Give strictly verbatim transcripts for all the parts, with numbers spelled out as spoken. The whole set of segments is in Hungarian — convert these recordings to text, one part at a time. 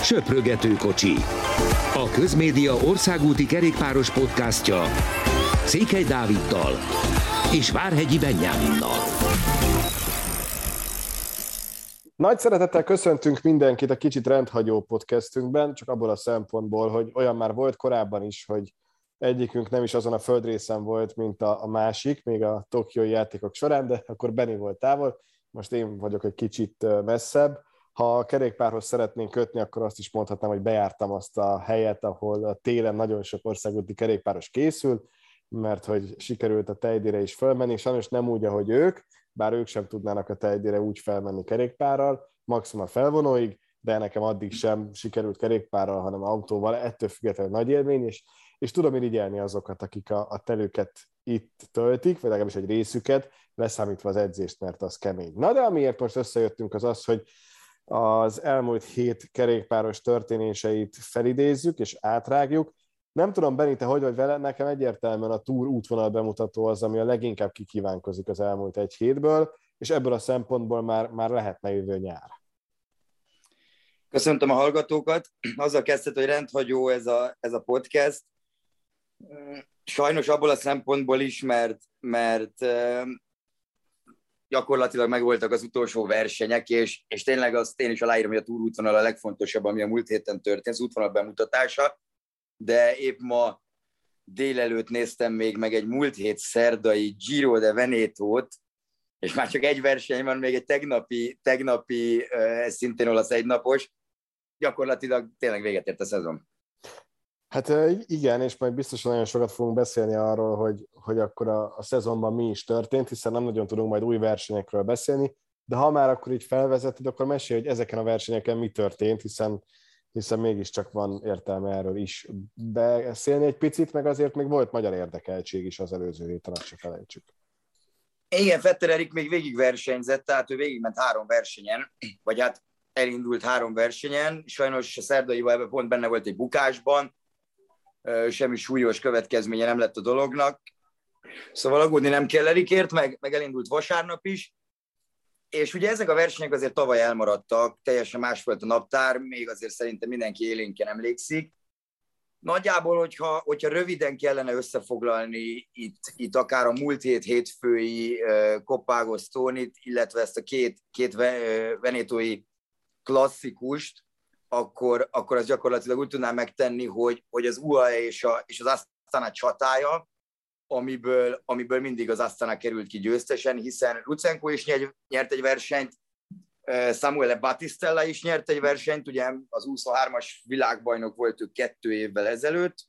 Söprögető kocsi. A Közmédia országúti kerékpáros podcastja Székely Dáviddal és Várhegyi Benyáminnal. Nagy szeretettel köszöntünk mindenkit a Kicsit rendhagyó podcastünkben, csak abból a szempontból, hogy olyan már volt korábban is, hogy egyikünk nem is azon a földrészen volt, mint a, a másik, még a tokiói játékok során, de akkor Benni volt távol, most én vagyok egy kicsit messzebb. Ha a kerékpárhoz szeretnénk kötni, akkor azt is mondhatnám, hogy bejártam azt a helyet, ahol a télen nagyon sok országúti kerékpáros készül, mert hogy sikerült a Tejdire is felmenni, sajnos nem úgy, ahogy ők, bár ők sem tudnának a Tejdire úgy felmenni kerékpárral, maximum a felvonóig, de nekem addig sem sikerült kerékpárral, hanem autóval, ettől függetlenül nagy élmény, és, és tudom irigyelni azokat, akik a, a telüket itt töltik, vagy legalábbis egy részüket, leszámítva az edzést, mert az kemény. Na de amiért most összejöttünk az az, hogy az elmúlt hét kerékpáros történéseit felidézzük és átrágjuk. Nem tudom, Benni, te hogy vagy vele, nekem egyértelműen a Tour útvonal bemutató az, ami a leginkább kikívánkozik az elmúlt egy hétből, és ebből a szempontból már, már lehetne jövő nyár. Köszöntöm a hallgatókat. Azzal kezdted, hogy rendhagyó ez a, ez a podcast. Sajnos abból a szempontból is, mert, mert gyakorlatilag megvoltak az utolsó versenyek, és, és tényleg azt én is aláírom, hogy a Tour útvonal a legfontosabb, ami a múlt héten történt, az útvonal bemutatása, de épp ma délelőtt néztem még meg egy múlt hét szerdai Giro de Venetót, és már csak egy verseny van, még egy tegnapi, tegnapi szintén olasz egynapos, gyakorlatilag tényleg véget ért a szezon. Hát igen, és majd biztosan nagyon sokat fogunk beszélni arról, hogy, hogy akkor a, a szezonban mi is történt, hiszen nem nagyon tudunk majd új versenyekről beszélni, de ha már akkor így felvezeted, akkor mesélj, hogy ezeken a versenyeken mi történt, hiszen, hiszen mégiscsak van értelme erről is beszélni egy picit, meg azért még volt magyar érdekeltség is az előző héten, azt se felejtsük. Igen, Vetter Erik még végig versenyzett, tehát ő végigment három versenyen, vagy hát elindult három versenyen, sajnos a szerdaiban ebben pont benne volt egy bukásban, semmi súlyos következménye nem lett a dolognak. Szóval aggódni nem kell Erikért, meg, meg elindult vasárnap is. És ugye ezek a versenyek azért tavaly elmaradtak, teljesen más volt a naptár, még azért szerintem mindenki élénken emlékszik. Nagyjából, hogyha, hogyha röviden kellene összefoglalni itt, itt akár a múlt hét hétfői uh, Coppa Agostonit, illetve ezt a két, két venetói klasszikust, akkor, akkor az gyakorlatilag úgy tudnám megtenni, hogy, hogy az u á e és, a, és az Astana csatája, amiből, amiből mindig az Astana került ki győztesen, hiszen Lutsenko is nyert egy versenyt, Samuele Battistella is nyert egy versenyt, ugye az huszonhármas világbajnok volt ők kettő évvel ezelőtt.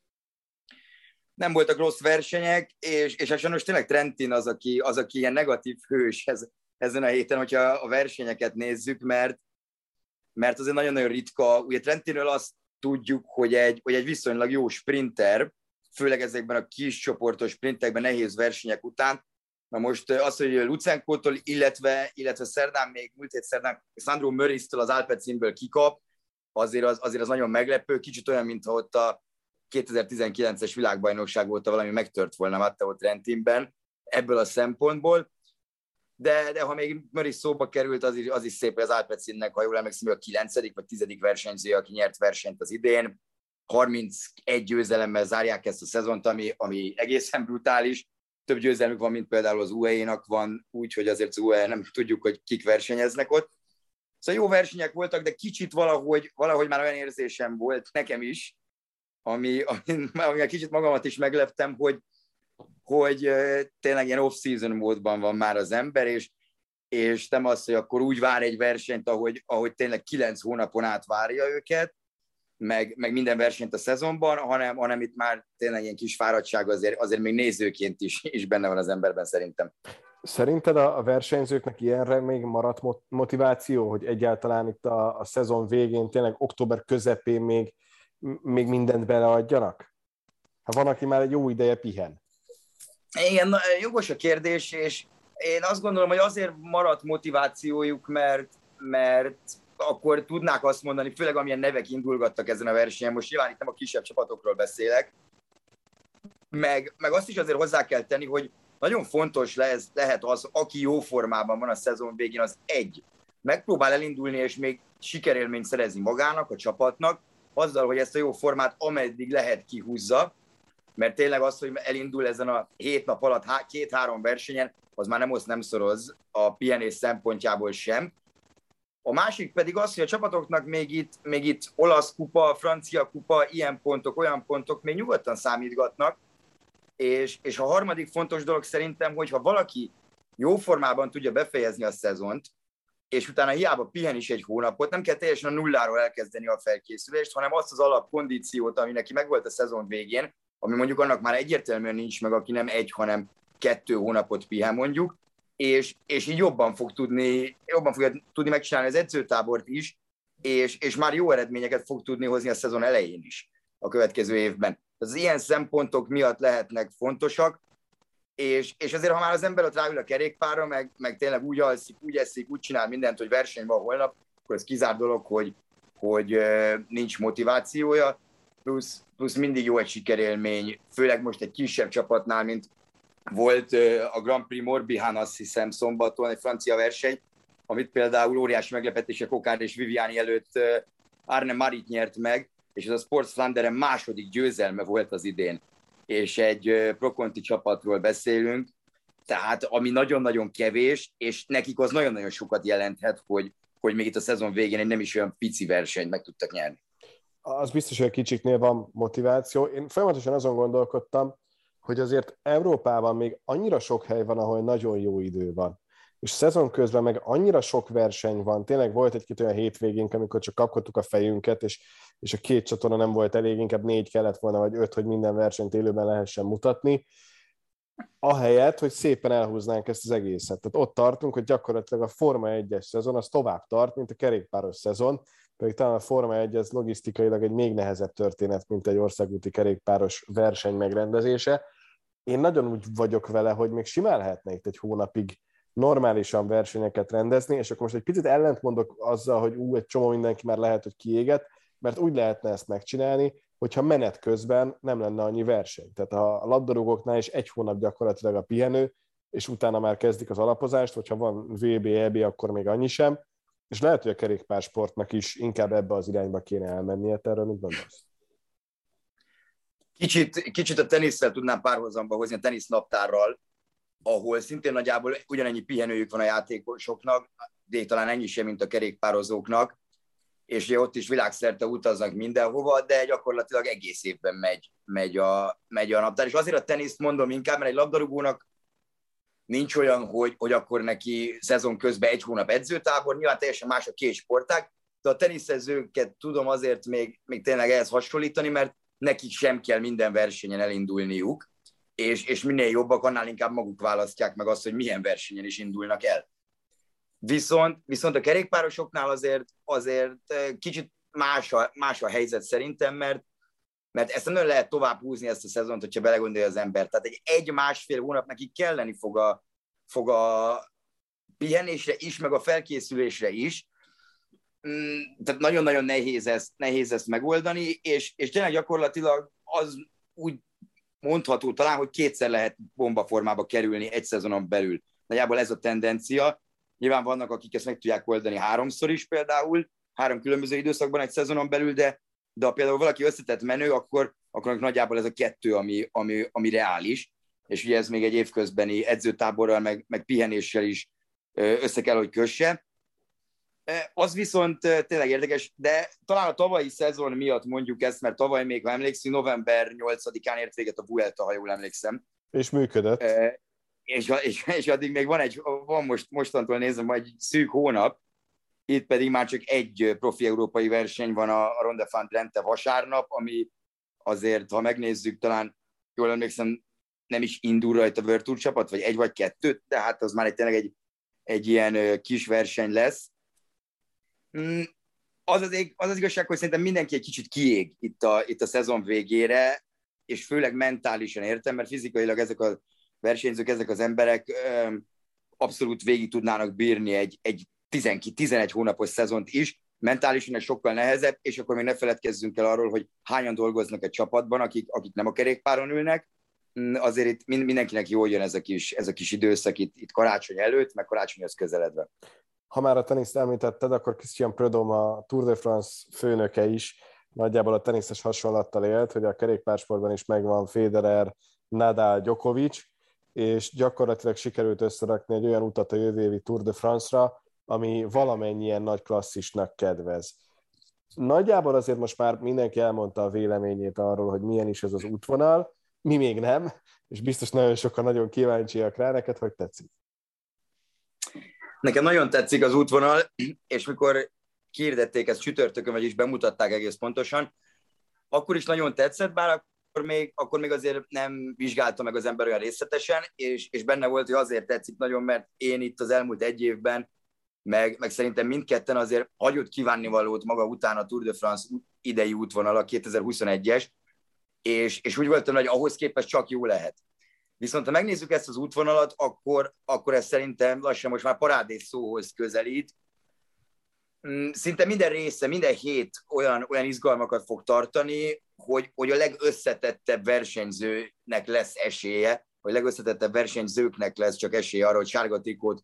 Nem voltak rossz versenyek, és, és sajnos tényleg Trentin az, aki, az, aki ilyen negatív hős ez, ezen a héten, hogyha a versenyeket nézzük, mert mert azért nagyon-nagyon ritka. Ugye Trentinről azt tudjuk, hogy egy, hogy egy viszonylag jó sprinter, főleg ezekben a kis csoportos sprintekben, nehéz versenyek után. Na most az, hogy Lutsenkótól, illetve, illetve szerdán, még múlt hét szerdán Sandro Möristől az Alpecinből kikap, azért az, azért az nagyon meglepő, kicsit olyan, mintha ott a kétezer-tizenkilences világbajnokság volt, valami megtört volna Matteo Trentinben ebből a szempontból. De, de ha még Murray szóba került, az is, az is szép, hogy az Alpecinnek, ha jól emlékszem, a kilencedik vagy tizedik versenyző, aki nyert versenyt az idén. harmincegy győzelemmel zárják ezt a szezont, ami, ami egészen brutális. Több győzelmük van, mint például az u á é-nak van, úgyhogy azért az u á é nem tudjuk, hogy kik versenyeznek ott. Szóval jó versenyek voltak, de kicsit valahogy, valahogy már olyan érzésem volt nekem is, ami, ami, ami kicsit magamat is megleptem, hogy hogy uh, tényleg ilyen off-season módban van már az ember, és, és nem az, hogy akkor úgy vár egy versenyt, ahogy, ahogy tényleg kilenc hónapon át várja őket, meg, meg minden versenyt a szezonban, hanem, hanem itt már tényleg ilyen kis fáradtság azért, azért még nézőként is, is benne van az emberben szerintem. Szerinted a versenyzőknek ilyenre még maradt motiváció, hogy egyáltalán itt a, a szezon végén, tényleg október közepén még, még mindent beleadjanak? Ha van, aki már egy jó ideje pihen. Igen, jogos a kérdés, és én azt gondolom, hogy azért maradt motivációjuk, mert, mert akkor tudnák azt mondani, főleg amilyen nevek indulgattak ezen a versenyen, most nyilván itt nem a kisebb csapatokról beszélek, meg, meg azt is azért hozzá kell tenni, hogy nagyon fontos lesz, lehet az, aki jó formában van a szezon végén, az egy. Megpróbál elindulni, és még sikerélményt szerezni magának, a csapatnak, azzal, hogy ezt a jó formát ameddig lehet kihúzza, mert tényleg az, hogy elindul ezen a hét nap alatt két-három versenyen, az már nem osz, nem szoroz a pihenés szempontjából sem. A másik pedig az, hogy a csapatoknak még itt, még itt olasz kupa, francia kupa, ilyen pontok, olyan pontok még nyugodtan számítgatnak, és, és a harmadik fontos dolog szerintem, hogy ha valaki jó formában tudja befejezni a szezont, és utána hiába pihen is egy hónapot, nem kell teljesen a nulláról elkezdeni a felkészülést, hanem azt az alapkondíciót, ami neki megvolt a szezon végén, ami mondjuk annak már egyértelműen nincs meg, aki nem egy, hanem kettő hónapot pihen mondjuk, és, és így jobban fog tudni, jobban fogja tudni megcsinálni az edzőtábort is, és, és már jó eredményeket fog tudni hozni a szezon elején is a következő évben. Az ilyen szempontok miatt lehetnek fontosak, és, és azért, ha már az ember ott ráül a kerékpárra, meg, meg tényleg úgy alszik, úgy eszik, úgy csinál mindent, hogy verseny van holnap, akkor ez kizárt dolog, hogy, hogy nincs motivációja, plusz, plusz mindig jó egy sikerélmény, főleg most egy kisebb csapatnál, mint volt a Grand Prix Morbihan, azt hiszem szombaton, egy francia verseny, amit például óriási meglepetése Kokár és Viviani előtt Arne Marit nyert meg, és ez a Sports Flanderen második győzelme volt az idén. És egy Pro-Conti csapatról beszélünk, tehát ami nagyon-nagyon kevés, és nekik az nagyon-nagyon sokat jelenthet, hogy, hogy még itt a szezon végén egy nem is olyan pici versenyt meg tudtak nyerni. Az biztos, hogy a kicsiknél van motiváció. Én folyamatosan azon gondolkodtam, hogy azért Európában még annyira sok hely van, ahol nagyon jó idő van. És szezon közben meg annyira sok verseny van. Tényleg volt egy-két olyan hétvégénk, amikor csak kapkodtuk a fejünket, és, és a két csatorna nem volt elég, inkább négy kellett volna, vagy öt, hogy minden versenyt élőben lehessen mutatni. Ahelyett, hogy szépen elhúznánk ezt az egészet. Tehát ott tartunk, hogy gyakorlatilag a Forma egyes szezon az tovább tart, mint a kerékpáros szezon, pedig talán a Forma egy ez logisztikailag egy még nehezebb történet, mint egy országúti kerékpáros verseny megrendezése. Én nagyon úgy vagyok vele, hogy még simán lehetne itt egy hónapig normálisan versenyeket rendezni, és akkor most egy picit ellentmondok azzal, hogy ú, egy csomó mindenki már lehet, hogy kiéget, mert úgy lehetne ezt megcsinálni, hogyha menet közben nem lenne annyi verseny. Tehát a labdarúgóknál is egy hónap gyakorlatilag a pihenő, és utána már kezdik az alapozást, hogyha van vé bé, é bé, akkor még annyi sem, és lehet, hogy a kerékpársportnak is inkább ebbe az irányba kéne elmennie. Te erről mit gondolsz? Kicsit, kicsit a tenisztel tudnám párhuzamba hozni, a tenisznaptárral, ahol szintén nagyjából ugyanennyi pihenőjük van a játékosoknak, de talán ennyi sem, mint a kerékpározóknak, és ugye ott is világszerte utaznak mindenhova, de gyakorlatilag egész évben megy, megy, a, megy a naptár. És azért a teniszt mondom inkább, mert egy labdarúgónak nincs olyan, hogy, hogy akkor neki szezon közben egy hónap edzőtábor, nyilván teljesen más a két sportág, de a teniszezőket tudom azért még, még tényleg ehhez hasonlítani, mert nekik sem kell minden versenyen elindulniuk, és, és minél jobbak, annál inkább maguk választják meg azt, hogy milyen versenyen is indulnak el. Viszont, viszont a kerékpárosoknál azért, azért kicsit más a, más a helyzet szerintem, mert, mert ezt nem lehet tovább húzni ezt a szezont, hogyha belegondolja az ember. Tehát egy egy-másfél hónap nekik kelleni fog a, fog a pihenésre is, meg a felkészülésre is. Tehát nagyon-nagyon nehéz ezt, nehéz ezt megoldani, és, és tényleg gyakorlatilag az úgy mondható talán, hogy kétszer lehet bombaformába kerülni egy szezonon belül. Nagyjából ez a tendencia. Nyilván vannak, akik ezt meg tudják oldani háromszor is például, három különböző időszakban egy szezonon belül, de, de ha például valaki összetett menő, akkor, akkor nagyjából ez a kettő, ami, ami, ami reális, és ugye ez még egy évközbeni edzőtáborral, meg, meg pihenéssel is össze kell, hogy kösse. Az viszont tényleg érdekes, de talán a tavalyi szezon miatt mondjuk ezt, mert tavaly még, ha emlékszünk, november nyolcadikán ért véget a Vuelta, ha jól emlékszem. És működött. E, és, és, és addig még van egy, van most, mostantól nézem, majd egy szűk hónap, itt pedig már csak egy profi európai verseny van, a, a Ronde van Drenthe vasárnap, ami azért, ha megnézzük, talán jól emlékszem, nem is indul rajta a World Tour csapat, vagy egy vagy kettőt, de hát az már egy, tényleg egy, egy ilyen kis verseny lesz. Az az, az az igazság, hogy szerintem mindenki egy kicsit kiég itt a, itt a szezon végére, és főleg mentálisan értem, mert fizikailag ezek a versenyzők, ezek az emberek abszolút végig tudnának bírni egy, egy tizenegy hónapos szezont is, mentálisan ez sokkal nehezebb, és akkor még ne feledkezzünk el arról, hogy hányan dolgoznak egy csapatban, akik, akik nem a kerékpáron ülnek. Azért itt mindenkinek jól jön ez a kis, ez a kis időszak itt, itt karácsony előtt, meg karácsonyhoz közeledve. Ha már a teniszt említetted, akkor Christian Prudhomme, a Tour de France főnöke is nagyjából a teniszes hasonlattal élt, hogy a kerékpársportban is megvan Federer, Nadal, Djokovic, és gyakorlatilag sikerült összerakni egy olyan utat a jövő évi Tour de France-ra, ami valamennyien nagy klasszisnak kedvez. Nagyjából azért most már mindenki elmondta a véleményét arról, hogy milyen is ez az útvonal, mi még nem, és biztos nagyon sokan nagyon kíváncsiak rá. Neked hogy tetszik? Nekem nagyon tetszik az útvonal, és mikor kihirdették ezt csütörtökön, vagyis bemutatták egész pontosan, akkor is nagyon tetszett, bár akkor még, akkor még azért nem vizsgálta meg az ember olyan részletesen, és, és benne volt, hogy azért tetszik nagyon, mert én itt az elmúlt egy évben, meg, meg szerintem mindketten azért hagyott kívánnivalót maga után a Tour de France idei útvonala, kétezer-huszonegyes, és, és úgy voltam, hogy ahhoz képest csak jó lehet. Viszont ha megnézzük ezt az útvonalat, akkor, akkor ez szerintem lassan most már parádés szóhoz közelít. Szinte minden része, minden hét olyan, olyan izgalmakat fog tartani, hogy, hogy a legösszetettebb versenyzőnek lesz esélye, vagy legösszetettebb versenyzőknek lesz csak esélye arra, hogy sárga trikót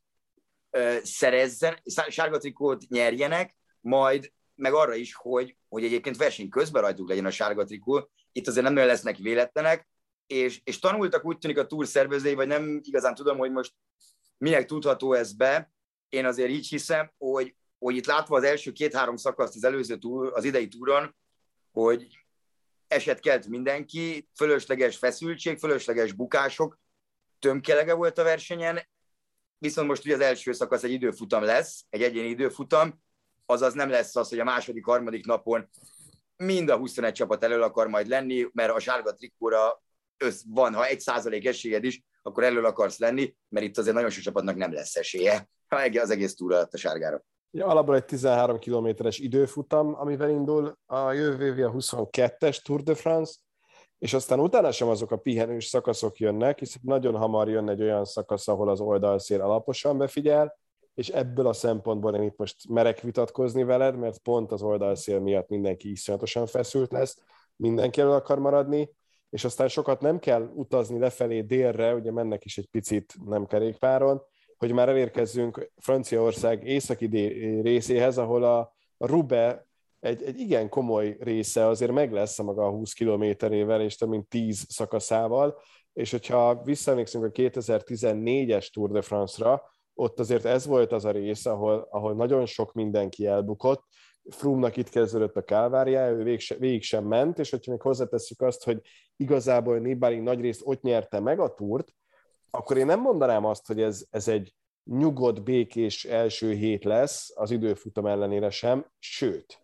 ö, szerezzen, sárga trikót nyerjenek, majd meg arra is, hogy, hogy egyébként verseny közben rajtuk legyen a sárga trikó. Itt azért nem nagyon lesznek véletlenek, és, és tanultak, úgy tűnik a túr szervezői, vagy nem igazán tudom, hogy most minek tudható ez be. Én azért így hiszem, hogy, hogy itt látva az első két-három szakaszt az előző túr, az idei túron, hogy eset kelt mindenki, fölösleges feszültség, fölösleges bukások, tömkelege volt a versenyen, viszont most ugye az első szakasz egy időfutam lesz, egy egyéni időfutam, azaz nem lesz az, hogy a második, harmadik napon mind a huszonegy csapat elől akar majd lenni, mert a sárga trikóra össz van, ha egy százalék esélyed is, akkor elől akarsz lenni, mert itt azért nagyon sok csapatnak nem lesz esélye az egész túra alatt a sárgára. Ja, alapból egy tizenhárom kilométeres időfutam, amivel indul a jövő évi a huszonkettes Tour de France, és aztán utána sem azok a pihenős szakaszok jönnek, hiszen nagyon hamar jön egy olyan szakasz, ahol az oldalszél alaposan befigyel, és ebből a szempontból én itt most merek vitatkozni veled, mert pont az oldalszél miatt mindenki iszonyatosan feszült lesz, mindenki elő akar maradni, és aztán sokat nem kell utazni lefelé délre, ugye mennek is egy picit nem kerékpáron, hogy már elérkezzünk Franciaország északi részéhez, ahol a, a Roubaix egy, egy igen komoly része azért meg lesz a maga a húsz kilométerével, és több mint tíz szakaszával, és hogyha visszaemlékszünk a kétezer-tizennégyes Tour de France-ra, ott azért ez volt az a rész, ahol, ahol nagyon sok mindenki elbukott, Froome-nak itt kezdődött a kálváriája, ő végig, se, végig sem ment, és hogyha még hozzátesszük azt, hogy igazából Nibali nagyrészt ott nyerte meg a túrt, akkor én nem mondanám azt, hogy ez, ez egy nyugodt, békés első hét lesz, az időfutam ellenére sem, sőt.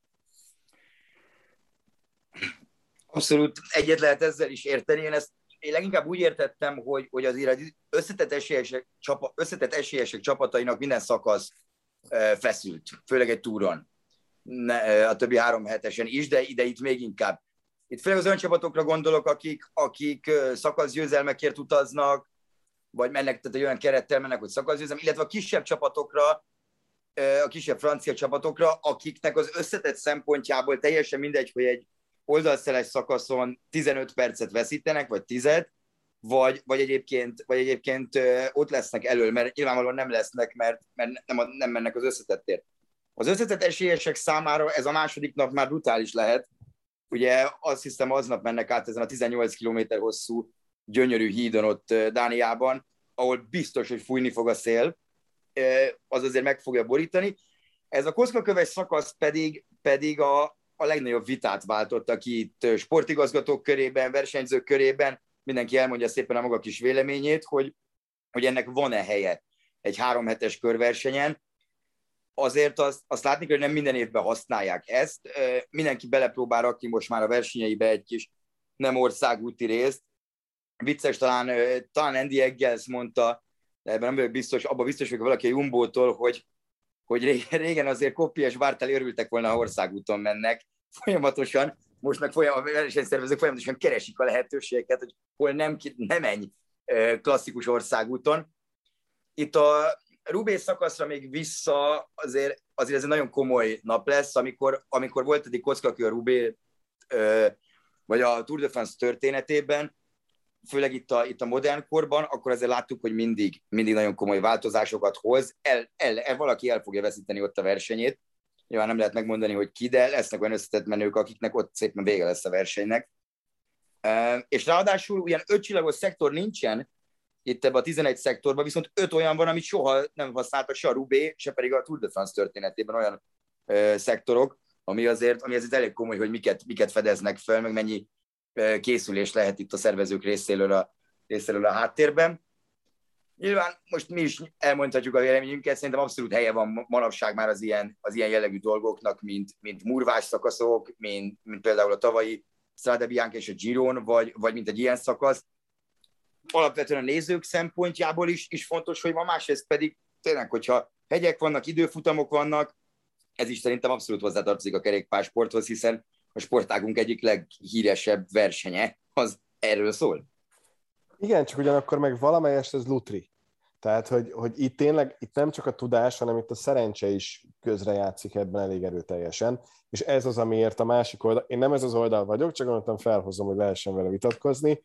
Abszolút egyet lehet ezzel is érteni. Én ezt én leginkább úgy értettem, hogy, hogy azért az összetett esélyesek, csapa, összetett esélyesek csapatainak minden szakasz e, feszült, főleg egy túron, ne, a többi három hetesen is, de ide itt még inkább. Itt főleg az olyan csapatokra gondolok, akik, akik szakaszgyőzelmekért utaznak, vagy mennek, tehát egy olyan kerettel mennek, hogy szakaszgyőzelem, illetve a kisebb csapatokra, a kisebb francia csapatokra, akiknek az összetett szempontjából teljesen mindegy, hogy egy oldalszeles szakaszon tizenöt percet veszítenek, vagy tízet, vagy, vagy, egyébként, vagy egyébként ott lesznek elől, mert nyilvánvalóan nem lesznek, mert, mert nem, nem mennek az összetettért. Az összetett esélyesek számára ez a második nap már brutális lehet. Ugye azt hiszem aznap mennek át ezen a tizennyolc kilométer hosszú gyönyörű hídon ott Dániában, ahol biztos, hogy fújni fog a szél, az azért meg fogja borítani. Ez a kockaköves szakasz pedig, pedig a, a legnagyobb vitát váltotta ki itt sportigazgatók körében, versenyzők körében. Mindenki elmondja szépen a maga kis véleményét, hogy, hogy ennek van-e helye egy három hetes körversenyen. Azért azt, azt látni kell, hogy nem minden évben használják ezt. Mindenki belepróbál rakni most már a versenyeibe egy kis nem országúti részt. Vicces, talán, talán Andy Eggels mondta, de ebben nem vagyok biztos, abban biztos, hogy valaki a Jumbo-tól, hogy, hogy régen azért Coppi és Bartali örültek volna, ha országúton mennek folyamatosan. Most meg folyam, a versenyszervezők folyamatosan keresik a lehetőségeket, hogy hol nem, nem menj klasszikus országúton. Itt a Roubaix szakaszra még vissza, azért, azért ez egy nagyon komoly nap lesz, amikor, amikor volt egy kockakő a Roubaix, vagy a Tour de France történetében, főleg itt a, itt a modern korban, akkor azért láttuk, hogy mindig, mindig nagyon komoly változásokat hoz. El, el, el, valaki el fogja veszíteni ott a versenyét. Nyilván nem lehet megmondani, hogy ki, de lesznek olyan összetett menők, akiknek ott szépen vége lesz a versenynek. És ráadásul ugyan ötcsillagos szektor nincsen itt ebben a tizenegy szektorban, viszont öt olyan van, amit soha nem használtak se a Roubaix, se pedig a Tour de France történetében olyan ö, szektorok, ami azért, ami azért elég komoly, hogy miket, miket fedeznek fel, meg mennyi ö, készülés lehet itt a szervezők részéről a, részéről a háttérben. Nyilván most mi is elmondhatjuk a véleményünket, szerintem abszolút helye van manapság már az ilyen, az ilyen jellegű dolgoknak, mint, mint murvás szakaszok, mint, mint például a tavalyi Strade Bianca és a Giron, vagy, vagy mint egy ilyen szakasz. Alapvetően a nézők szempontjából is, is fontos, hogy van, másrészt pedig tényleg, hogyha hegyek vannak, időfutamok vannak, ez is szerintem abszolút hozzátartozik a kerékpársporthoz, hiszen a sportágunk egyik leghíresebb versenye az erről szól. Igen, csak ugyanakkor meg valamelyest ez lutri. Tehát, hogy, hogy itt tényleg itt nem csak a tudás, hanem itt a szerencse is közrejátszik ebben elég erőteljesen, és ez az, amiért a másik oldal, én nem ez az oldal vagyok, csak gondoltam felhozom, hogy lehessen vele vitatkozni.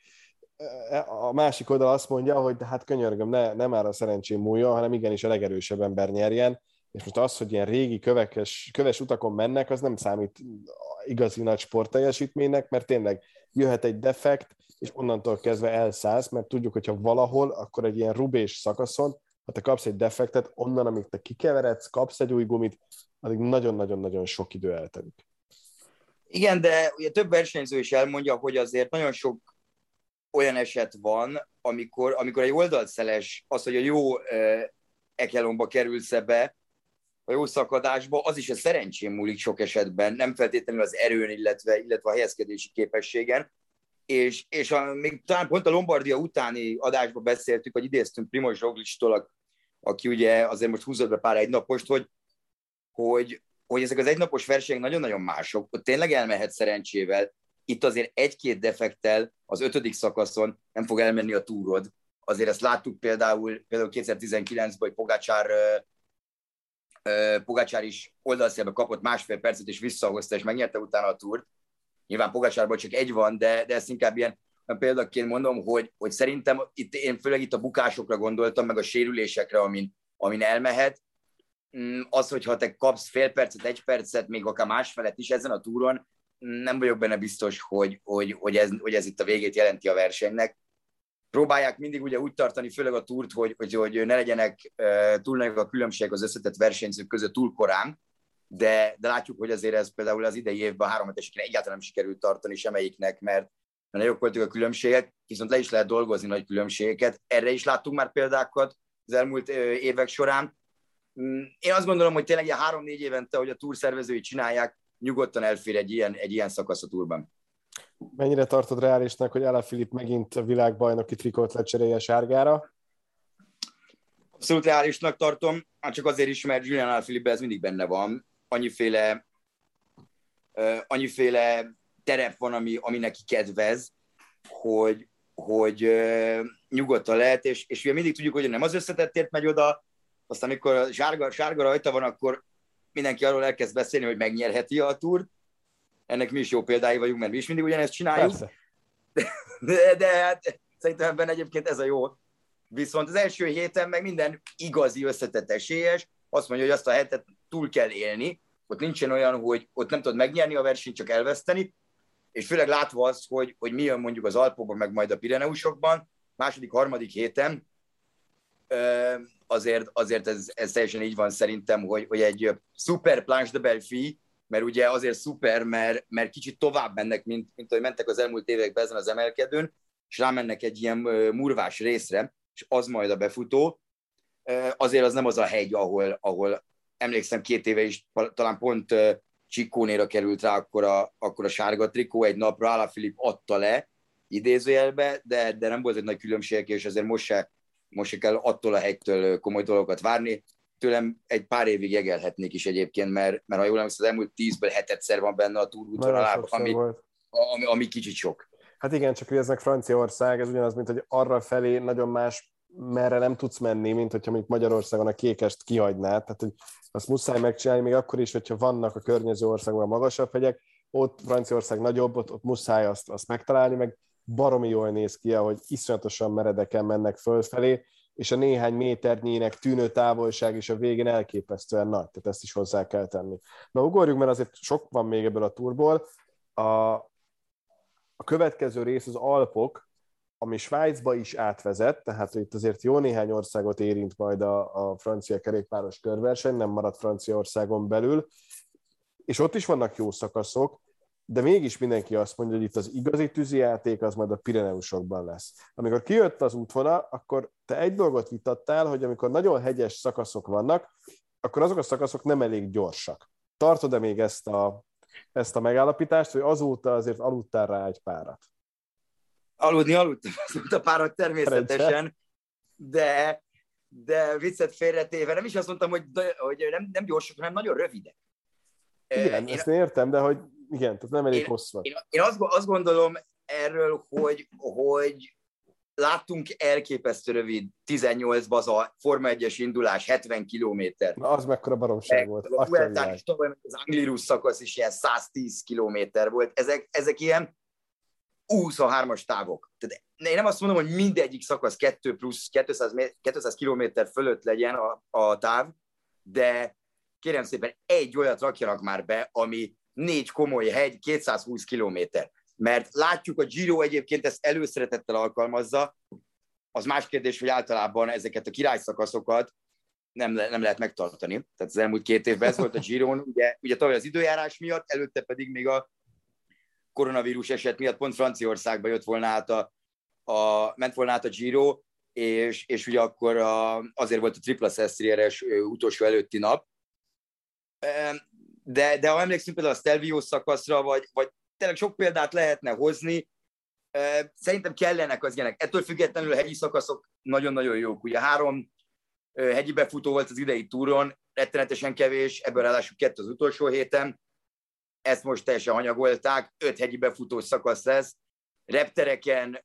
A másik oldal azt mondja, hogy hát könyörgöm, ne, nem már a szerencsém múljon, hanem igenis a legerősebb ember nyerjen, és most az, hogy ilyen régi kövekes, köves utakon mennek, az nem számít igazi nagy sportteljesítménynek, mert tényleg jöhet egy defekt, és onnantól kezdve elszállsz, mert tudjuk, hogyha valahol, akkor egy ilyen Roubaix szakaszon, ha te kapsz egy defektet, onnan, amíg te kikeveredsz, kapsz egy új gumit, addig nagyon-nagyon-nagyon sok idő eltelik. Igen, de ugye több versenyző is elmondja, hogy azért nagyon sok olyan eset van, amikor, amikor egy oldalszeles, az, hogy a jó eh, ekelomba kerülsz be, a jó szakadásba, az is a szerencsén múlik sok esetben, nem feltétlenül az erőn, illetve, illetve a helyezkedési képességen. És, és a, még talán pont a Lombardia utáni adásban beszéltük, hogy idéztünk Primož Roglicstól, aki ugye azért most húzott be pár egynapost, hogy, hogy, hogy ezek az egynapos versenyek nagyon-nagyon mások, ott tényleg elmehet szerencsével. Itt azért egy-két defektel az ötödik szakaszon nem fog elmenni a túrod. Azért ezt láttuk például, például kétezer-tizenkilencben, hogy Pogačar, Pogačar is oldalszélbe kapott másfél percet, és visszahozta, és megnyerte utána a túrt. Nyilván Pogačarban csak egy van, de, de ezt inkább ilyen példaként mondom, hogy, hogy szerintem itt, én főleg itt a bukásokra gondoltam, meg a sérülésekre, amin, amin elmehet. Az, hogyha te kapsz fél percet, egy percet, még akár másfelet is ezen a túron, nem vagyok benne biztos, hogy, hogy, hogy, ez, hogy ez itt a végét jelenti a versenynek. Próbálják mindig ugye úgy tartani, főleg a túrt, hogy, hogy, hogy ne legyenek uh, túl nagyok a különbségek az összetett versenyzők között túl korán, de, de látjuk, hogy azért ez például az idei évben a három hetesikre egyáltalán nem sikerült tartani semmelyiknek, mert nagyok voltak a különbségek, viszont le is lehet dolgozni nagy különbségeket. Erre is láttunk már példákat az elmúlt évek során. Én azt gondolom, hogy tényleg ilyen három-négy évente, hogy a túr szervezői csinálják, nyugodtan elfér egy ilyen, egy ilyen szakasz a túrban. Mennyire tartod reálisnak, hogy Alaphilippe megint a világbajnoki trikót lecserélje sárgára? Abszolút reálisnak tartom, csak azért is, mert Julian Alaphilippe ez mindig benne van. Annyiféle, uh, annyiféle terep van, ami, ami neki kedvez, hogy, hogy uh, nyugodtan lehet, és, és ugye mindig tudjuk, hogy nem az összetettért megy oda, aztán amikor a sárga, sárga rajta van, akkor mindenki arról elkezd beszélni, hogy megnyerheti a túrt. Ennek mi is jó példái vagyunk, mert mi is mindig ugyanezt csináljuk. De, de, de hát szerintem ebben egyébként ez a jó. Viszont az első héten meg minden igazi összetett esélyes, azt mondja, hogy azt a hetet túl kell élni, ott nincsen olyan, hogy ott nem tudod megnyerni a versenyt, csak elveszteni, és főleg látva azt, hogy, hogy mi jön mondjuk az Alpokban, meg majd a Pireneusokban, második, harmadik héten, azért, azért ez, ez teljesen így van szerintem, hogy, hogy egy szuper planche de Belfi, mert ugye azért szuper, mert, mert kicsit tovább mennek, mint, mint ahogy mentek az elmúlt években ezen az emelkedőn, és rámennek egy ilyen murvás részre, és az majd a befutó. Azért az nem az a hegy, ahol, ahol emlékszem két éve is, talán pont Ciccónéra került rá akkor a, akkor a sárga trikó, egy napra Alaphilippe adta le, idézőjelbe, de, de nem volt egy nagy különbség, és azért most se, most se kell attól a hegytől komoly dolgokat várni. Tőlem egy pár évig jegelhetnék is egyébként, mert, mert ha jól emlékszem, az elmúlt tízből hetedszer van benne a túrúton a lába, ami, ami, ami kicsit sok. Hát igen, csak ez meg Franciaország, ez ugyanaz, mint hogy arra felé nagyon más merre nem tudsz menni, mint hogyha mondjuk Magyarországon a kékest kihagynád. Tehát, hogy azt muszáj megcsinálni, még akkor is, hogyha vannak a környező országban a magasabb hegyek, ott Franciaország nagyobb, ott, ott muszáj azt, azt megtalálni, meg baromi jól néz ki, ahogy iszonyatosan meredeken mennek fölfelé, és a néhány méternyének tűnő távolság is a végén elképesztően nagy, tehát ezt is hozzá kell tenni. Na, ugorjunk, mert azért sok van még ebből a túrból. A, a következő rész az Alpok, ami Svájcba is átvezet, tehát itt azért jó néhány országot érint majd a, a francia kerékpáros körverseny, nem marad Franciaországon belül, és ott is vannak jó szakaszok, de mégis mindenki azt mondja, hogy itt az igazi tűzijáték az majd a Pireneusokban lesz. Amikor kijött az útvonal, akkor te egy dolgot vitattál, hogy amikor nagyon hegyes szakaszok vannak, akkor azok a szakaszok nem elég gyorsak. Tartod-e még ezt a, ezt a megállapítást, hogy azóta azért aludtál rá egy párat? Aludni aludtam azóta párat természetesen, de, de viccet félretéve nem is azt mondtam, hogy, hogy nem, nem gyorsak, hanem nagyon rövidek. Igen, én, ezt én értem, de hogy igen, tehát nem elég hosszú. Én, én azt, azt gondolom erről, hogy, hogy láttunk elképesztő rövid tizennyolcban az a Forma egyes indulás hetven kilométer. Na, az mekkora baromság volt. A Vueltán is tavaly, az Angliru szakasz is ilyen száz tíz kilométer volt. Ezek, ezek ilyen huszonhármas távok. Tehát én nem azt mondom, hogy mindegyik szakasz kettő plusz kétszáz kilométer fölött legyen a, a táv, de kérem szépen egy olyat rakjanak már be, ami négy komoly hegy, kétszázhúsz kilométer. Mert látjuk, a Giro egyébként ezt előszeretettel alkalmazza, az más kérdés, hogy általában ezeket a királyszakaszokat nem, le, nem lehet megtartani. Tehát az elmúlt két évben ez volt a Giron, ugye, ugye tavaly az időjárás miatt, előtte pedig még a koronavírus eset miatt pont Franciaországba jött volna át a, a, ment volna át a Giro, és, és ugye akkor a, azért volt a Tripla Sestrieres utolsó előtti nap. De, de ha emlékszünk például a Stelvio szakaszra, vagy, vagy tényleg sok példát lehetne hozni, szerintem kellenek az ilyenek. Ettől függetlenül a hegyi szakaszok nagyon-nagyon jók. Ugye három hegyi befutó volt az idei túron, rettenetesen kevés, ebből ráadásul kettő az utolsó héten. Ezt most teljesen hanyagolták, öt hegyi befutós szakasz lesz. Reptereken,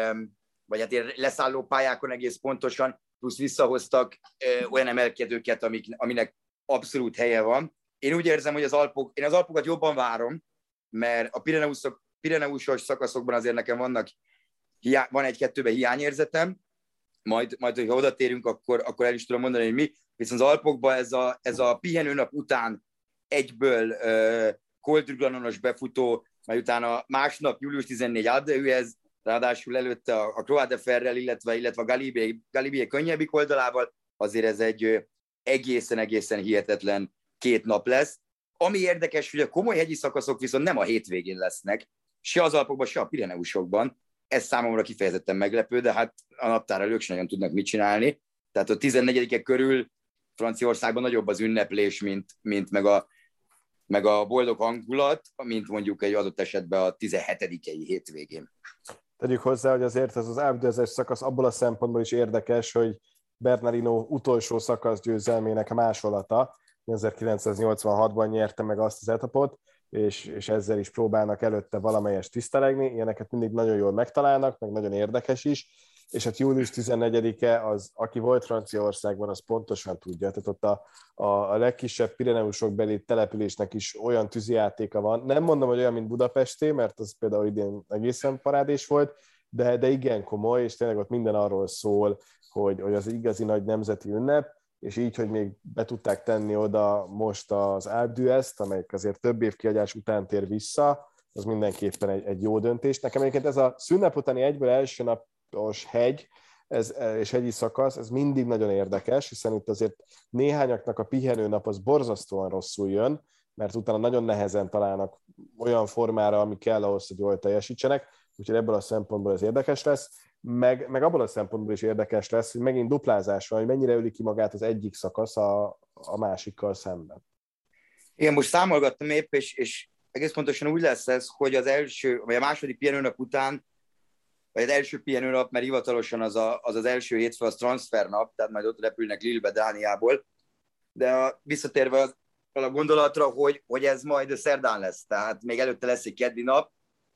vagy hát ilyen leszálló pályákon egész pontosan, plusz visszahoztak olyan emelkedőket, amik, aminek abszolút helye van. Én úgy érzem, hogy az Alpok, én az Alpokat jobban várom, mert a Pireneuszok, Pireneusos szakaszokban azért nekem vannak, hiá, van egy-kettőben hiányérzetem, majd, majd hogyha oda térünk, akkor, akkor el is tudom mondani, hogy mi. Viszont az Alpokban ez a, ez a pihenőnap után egyből uh, Koldruganonos befutó, majd utána másnap, július tizennégy Alpe d'Huez, ráadásul előtte a, a Croix de Ferrel, illetve, illetve a Galibier, Galibier könnyebbik oldalával, azért ez egy egészen-egészen hihetetlen két nap lesz. Ami érdekes, hogy a komoly hegyi szakaszok viszont nem a hétvégén lesznek, se az Alpokban, se a Pireneusokban. Ez számomra kifejezetten meglepő, de hát a naptárelők sem nagyon tudnak mit csinálni. Tehát a tizennegyedike körül Franciaországban nagyobb az ünneplés, mint, mint meg, a, meg a boldog hangulat, mint mondjuk egy adott esetben a tizenhetedikei hétvégén. Tegyük hozzá, hogy azért ez az Alpe d'Huez szakasz abból a szempontból is érdekes, hogy Bernardino utolsó szakasz győzelmének a másolata, ezerkilencszáznyolcvanhatban nyerte meg azt az etapot, és, és ezzel is próbálnak előtte valamelyest tisztelegni, ilyeneket mindig nagyon jól megtalálnak, meg nagyon érdekes is, és hát július tizennegyedike az, aki volt Franciaországban, az pontosan tudja, tehát ott a, a, a legkisebb Pireneusok beli településnek is olyan tűzijátéka van, nem mondom, hogy olyan, mint Budapesté, mert az például idén egészen parádés volt, de, de igen komoly, és tényleg ott minden arról szól, hogy, hogy az igazi nagy nemzeti ünnep, és így, hogy még be tudták tenni oda most az Alpe d'Huez-t, amelyik azért több év kiadás után tér vissza, az mindenképpen egy, egy jó döntés. Nekem egyébként ez a szünnep utáni egyből első napos hegy ez, és hegyi szakasz, ez mindig nagyon érdekes, hiszen itt azért néhányaknak a pihenőnap az borzasztóan rosszul jön, mert utána nagyon nehezen találnak olyan formára, ami kell ahhoz, hogy jól teljesítsenek, úgyhogy ebből a szempontból ez érdekes lesz. Meg, meg abban a szempontból is érdekes lesz, hogy megint duplázás van, hogy mennyire öli ki magát az egyik szakasz a, a másikkal szemben. Igen, most számolgattam épp, és, és egész pontosan úgy lesz ez, hogy az első, vagy a második pihenőnap után, vagy az első pihenőnap, mert hivatalosan az a, az, az első hétfő, az transfernap, tehát majd ott repülnek Lille-be, Dániából, de a, visszatérve az, a gondolatra, hogy, hogy ez majd szerdán lesz, tehát még előtte lesz egy keddi nap,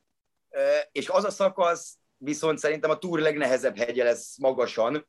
és az a szakasz, viszont szerintem a túr legnehezebb hegye lesz magasan,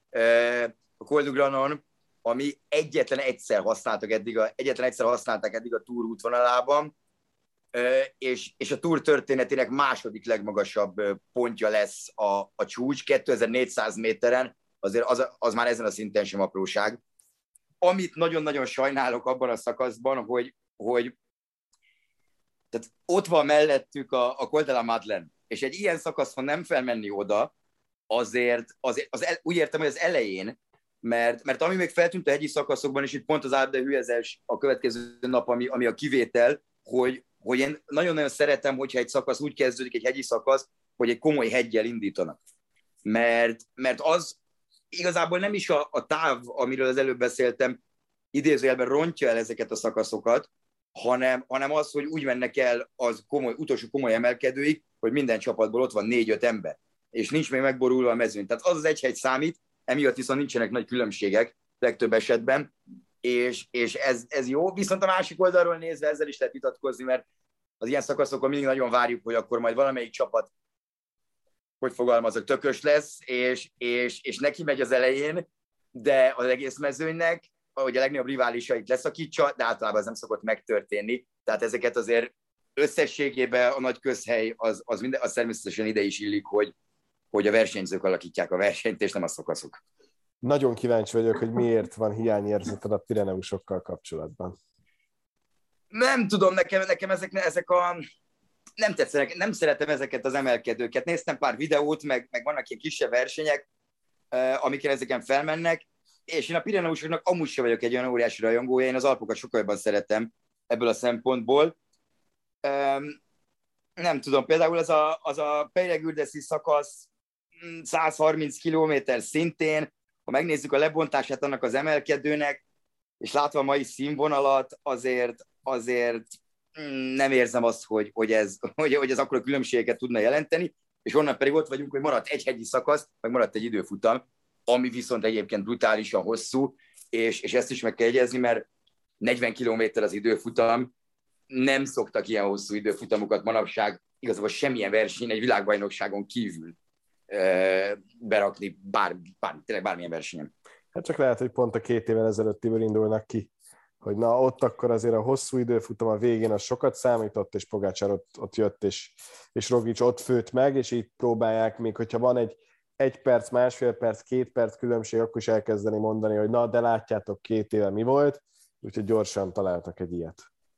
a Col du Granon, ami egyetlen egyszer használtak eddig a, egyetlen egyszer használták eddig a túr útvonalában. és, és a túr történetének második legmagasabb pontja lesz a, a csúcs, kétezer-négyszáz méteren, azért az, az már ezen a szinten sem apróság. Amit nagyon-nagyon sajnálok abban a szakaszban, hogy, hogy tehát ott van mellettük a, a Col de la Madeleine, és egy ilyen szakaszon nem felmenni oda, azért, azért az el, úgy értem, hogy az elején, mert, mert ami még feltűnt a hegyi szakaszokban, és itt pont az Alpe d'Huez a következő nap, ami, ami a kivétel, hogy, hogy én nagyon-nagyon szeretem, hogyha egy szakasz úgy kezdődik, egy hegyi szakasz, hogy egy komoly heggyel indítanak. Mert, mert az igazából nem is a, a táv, amiről az előbb beszéltem, idézőjelben rontja el ezeket a szakaszokat, hanem, hanem az, hogy úgy mennek el az komoly, utolsó komoly emelkedőig, hogy minden csapatból ott van négy-öt ember, és nincs még megborulva a mezőny. Tehát az az egy hegy számít, emiatt viszont nincsenek nagy különbségek legtöbb esetben, és, és ez, ez jó. Viszont a másik oldalról nézve ezzel is lehet vitatkozni, mert az ilyen szakaszokon mindig nagyon várjuk, hogy akkor majd valamelyik csapat, hogy fogalmazok, tökös lesz, és, és, és neki megy az elején, de az egész mezőnynek, ahogy a legnagyobb riválisait leszakítsa, de általában ez nem szokott megtörténni. Tehát ezeket azért összességében a nagy közhely, az, az, minden, az természetesen ide is illik, hogy, hogy a versenyzők alakítják a versenyt, és nem a szakaszok. Nagyon kíváncsi vagyok, hogy miért van hiányérzeted a Pireneusokkal kapcsolatban. Nem tudom, nekem, nekem ezek, ezek a... Nem tetszenek, nem szeretem ezeket az emelkedőket. Néztem pár videót, meg, meg vannak ilyen kisebb versenyek, amiken ezeken felmennek, és én a Pireneusoknak amúgy sem vagyok egy olyan óriási rajongója, én az Alpokat sokkal jobban szeretem ebből a szempontból. Nem tudom, például az a, az a Peyre-Gürdeszi szakasz száz harminc kilométer szintén, ha megnézzük a lebontását annak az emelkedőnek, és látva a mai színvonalat, azért, azért nem érzem azt, hogy, hogy, ez, hogy, hogy ez akkora különbségeket tudna jelenteni, és onnan pedig ott vagyunk, hogy maradt egy hegyi szakasz, meg maradt egy időfutam, ami viszont egyébként brutálisan hosszú, és, és ezt is meg kell jegyezni, mert negyven kilométer az időfutam, nem szoktak ilyen hosszú időfutamokat manapság, igazából semmilyen verseny, egy világbajnokságon kívül e, berakni bár, bár, tényleg bármilyen versenyen. Hát csak lehet, hogy pont a két évvel ezelőttiből indulnak ki, hogy na ott akkor azért a hosszú időfutam a végén az sokat számított, és Pogačar ott, ott jött, és, és Roglič ott főtt meg, és így próbálják, még hogyha van egy egy perc, másfél perc, két perc különbség, akkor is elkezdeni mondani, hogy na, de látjátok, két éve mi volt, úgyhogy gyorsan találtak egy ilyet.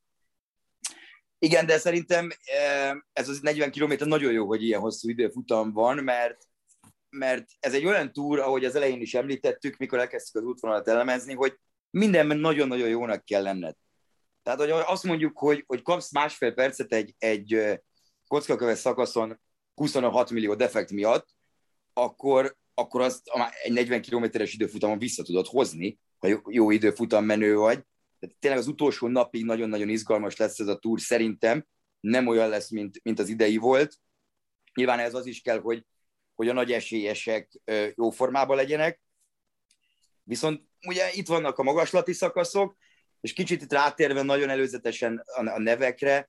Igen, de szerintem ez az negyven kilométer nagyon jó, hogy ilyen hosszú időfutam van, mert, mert ez egy olyan túr, ahogy az elején is említettük, mikor elkezdtük az útvonalat elemezni, hogy mindenben nagyon-nagyon jónak kell lenned. Tehát, hogy azt mondjuk, hogy, hogy kapsz másfél percet egy, egy kockaköves szakaszon huszonhat millió defekt miatt, akkor, akkor azt egy negyven kilométeres időfutamon vissza tudod hozni, ha jó, jó időfutam menő vagy. Tehát tényleg az utolsó napig nagyon-nagyon izgalmas lesz ez a túr, szerintem nem olyan lesz, mint, mint az idei volt. Nyilván ez az is kell, hogy, hogy a nagy esélyesek jó formában legyenek. Viszont ugye itt vannak a magaslati szakaszok, és kicsit itt rátérve nagyon előzetesen a, a nevekre,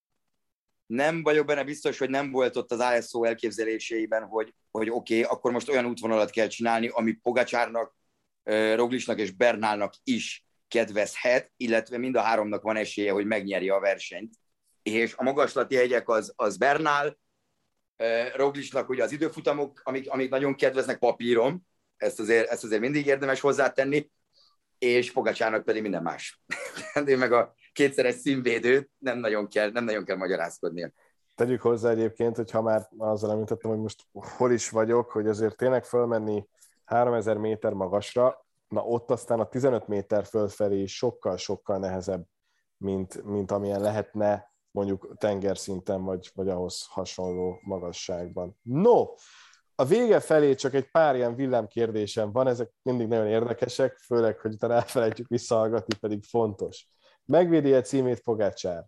nem vagyok benne biztos, hogy nem volt ott az á es o elképzeléseiben, hogy, hogy oké, okay, akkor most olyan útvonalat kell csinálni, ami Pogačarnak, Rogličnak és Bernálnak is kedvezhet, illetve mind a háromnak van esélye, hogy megnyerje a versenyt. És a magaslati hegyek az, az Bernál, Rogličnak ugye az időfutamok, amik, amik nagyon kedveznek papíron, ezt azért, ezt azért mindig érdemes hozzátenni, és Pogačarnak pedig minden más. Én meg a kétszeres színvédőt nem nagyon kell, nem nagyon kell magyarázkodnia. Tegyük hozzá egyébként, hogy ha már azzal említettem, hogy most hol is vagyok, hogy azért tényleg fölmenni háromezer méter magasra, na ott aztán a tizenöt méter fölfelé sokkal-sokkal nehezebb, mint, mint amilyen lehetne mondjuk tengerszinten, vagy, vagy ahhoz hasonló magasságban. No, a vége felé csak egy pár ilyen villámkérdésem van, ezek mindig nagyon érdekesek, főleg, hogy utána elfelejtjük visszahallgatni, pedig fontos. Megvédi a címét Pogačar?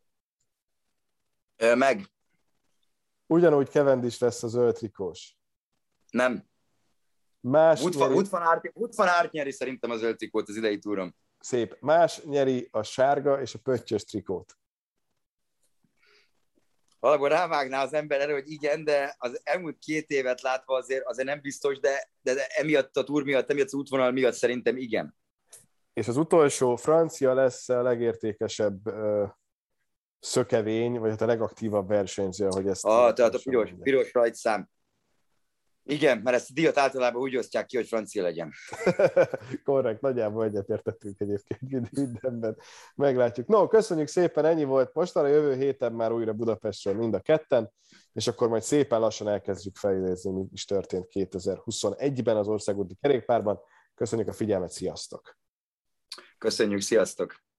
Meg. Ugyanúgy Cavendish lesz a zöld trikós? Nem. Más Wood nyeri... van Aert, Wood van Aert nyeri szerintem a zöld trikót az idei túron. Szép. Más nyeri a sárga és a pöttyös trikót? Valahol rávágná az ember erre, hogy igen, de az elmúlt két évet látva azért, azért nem biztos, de, de, de emiatt a túr miatt, emiatt az útvonal miatt szerintem igen. És az utolsó francia lesz a legértékesebb uh, szökevény, vagy hát a legaktívabb versenyző, hogy ezt... Ah, tehát a piros, piros rajtszám. Igen, mert ezt a díjat általában úgy osztják ki, hogy francia legyen. Korrekt, nagyjából egyetértettünk egyébként mindenben. Meglátjuk. No, köszönjük szépen, ennyi volt mostanra, jövő héten már újra Budapestről mind a ketten, és akkor majd szépen lassan elkezdjük felidézni, mi is történt kétezer-huszonegyben az országúti kerékpárban. Köszönjük a figyelmet, sziasztok! Köszönjük, sziasztok!